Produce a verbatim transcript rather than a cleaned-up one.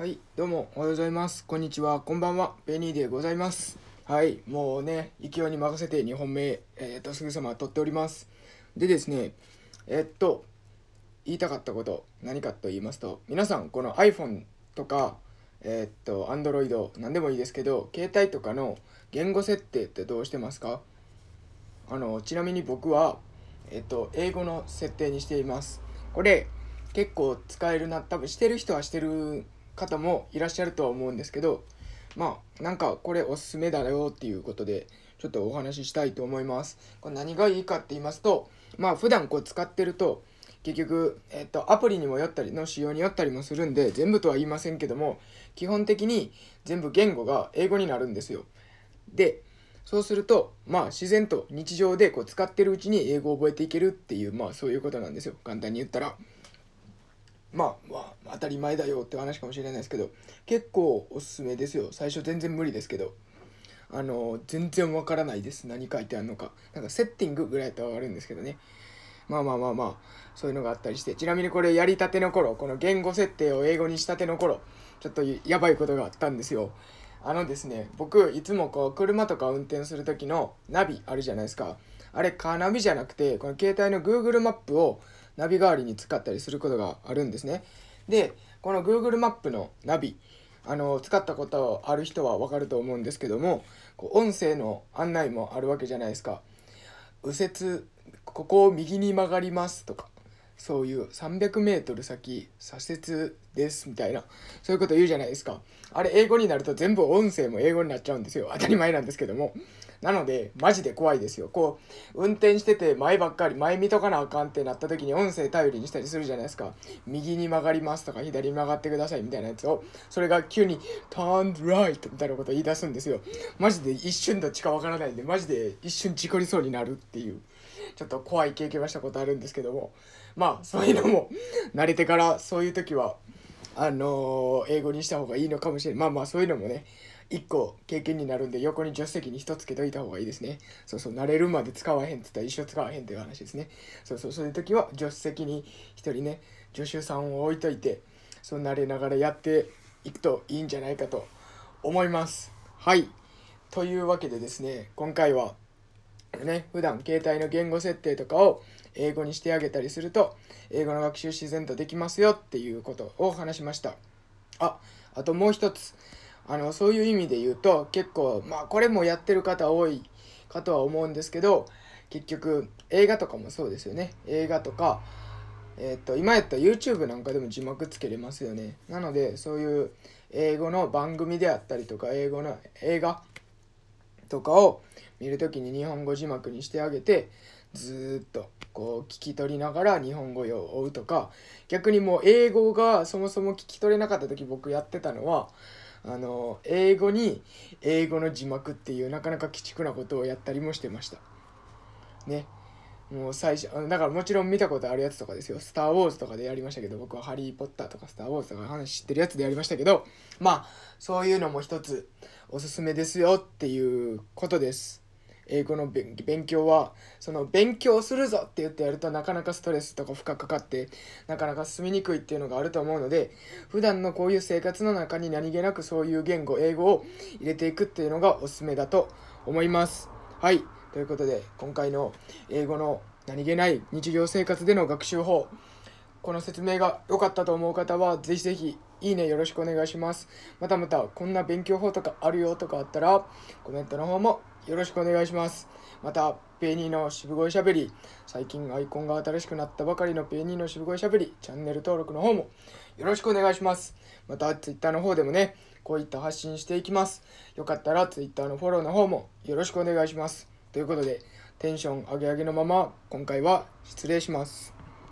はい、どうもおはようございます。こんにちは、こんばんは、ベニーでございます。はい、もうね、勢いに任せてにほんめ、えー、と、すぐさま撮っております。でですね、えーっと、言いたかったこと、何かと言いますと、皆さん、この iPhone とか、えーっと、Android、何でもいいですけど、携帯とかの言語設定ってどうしてますか？あの、ちなみに僕は、えーっと、英語の設定にしています。これ、結構使えるな、多分してる人はしてる方もいらっしゃるとは思うんですけど、まあなんかこれおすすめだよっていうことでちょっとお話ししたいと思います。これ何がいいかって言いますと、まあ普段こう使ってると結局、えっと、アプリにもよったりの仕様によったりもするんで、全部とは言いませんけども、基本的に全部言語が英語になるんですよ。で、そうすると、まあ自然と日常でこう使ってるうちに英語を覚えていけるっていう、まあそういうことなんですよ。簡単に言ったら。まあ、まあ、当たり前だよって話かもしれないですけど、結構おすすめですよ。最初全然無理ですけど、あの、全然わからないです。何書いてあるのか。なんかセッティングぐらいだったらわかるんですけどね。まあまあまあまあ、そういうのがあったりして、ちなみにこれやりたての頃、この言語設定を英語にしたての頃、ちょっとやばいことがあったんですよ。あのですね、僕、いつもこう、車とか運転する時のナビあるじゃないですか。あれ、カーナビじゃなくて、この携帯の Google マップをナビ代わりに使ったりすることがあるんですね。で、この Google マップのナビ、あの、使ったことある人はわかると思うんですけども、こう音声の案内もあるわけじゃないですか。右折、ここを右に曲がりますとか、そういうさんびゃくメートル先左折ですみたいな、そういうこと言うじゃないですか。あれ英語になると全部音声も英語になっちゃうんですよ。当たり前なんですけども。なのでマジで怖いですよ。こう運転してて前ばっかり前見とかなあかんってなった時に音声頼りにしたりするじゃないですか。右に曲がりますとか左に曲がってくださいみたいなやつを、それが急に turn right みたいなことを言い出すんですよ。マジで一瞬どっちかわからないんで、マジで一瞬事故りそうになるっていう、ちょっと怖い経験はしたことあるんですけども、まあそういうのも慣れてからそういう時はあのー英語にした方がいいのかもしれない。まあまあそういうのもね、一個経験になるんで、横に助手席に一つけといた方がいいですね。そうそう、慣れるまで使わへんって言ったら一生使わへんっていう話ですね。そうそう、そういう時は助手席に一人ね、助手さんを置いといて、そう慣れながらやっていくといいんじゃないかと思います。はい。というわけでですね、今回はね、普段携帯の言語設定とかを英語にしてあげたりすると、英語の学習自然とできますよっていうことを話しました。あ、あともう一つ。あの、そういう意味で言うと、結構、まあこれもやってる方多いかとは思うんですけど、結局映画とかもそうですよね。映画とか、えっと、今やったら YouTube なんかでも字幕つけれますよね。なので、そういう英語の番組であったりとか、英語の映画とかを見るときに日本語字幕にしてあげて、ずーっとこう聞き取りながら日本語を追うとか、逆にもう英語がそもそも聞き取れなかった時僕やってたのは、あの英語に英語の字幕っていうなかなか鬼畜なことをやったりもしてましたね。もう最初だからもちろん見たことあるやつとかですよ。スター・ウォーズとかでやりましたけど、僕はハリー・ポッターとかスター・ウォーズとか話知ってるやつでやりましたけど、まあそういうのも一つおすすめですよっていうことです。英語の勉強は、その勉強するぞって言ってやるとなかなかストレスとか負荷かかってなかなか進みにくいっていうのがあると思うので、普段のこういう生活の中に何気なくそういう言語英語を入れていくっていうのがおすすめだと思います。はい、ということで今回の英語の何気ない日常生活での学習法、この説明が良かったと思う方はぜひぜひいいねよろしくお願いします。またまたこんな勉強法とかあるよとかあったらコメントの方もよろしくお願いします。またペイニーの渋声しゃべり、最近アイコンが新しくなったばかりのペイニーの渋声しゃべりチャンネル登録の方もよろしくお願いします。また Twitter の方でもね、こういった発信していきます。よかったら Twitter のフォローの方もよろしくお願いします。ということでテンション上げ上げのまま今回は失礼します。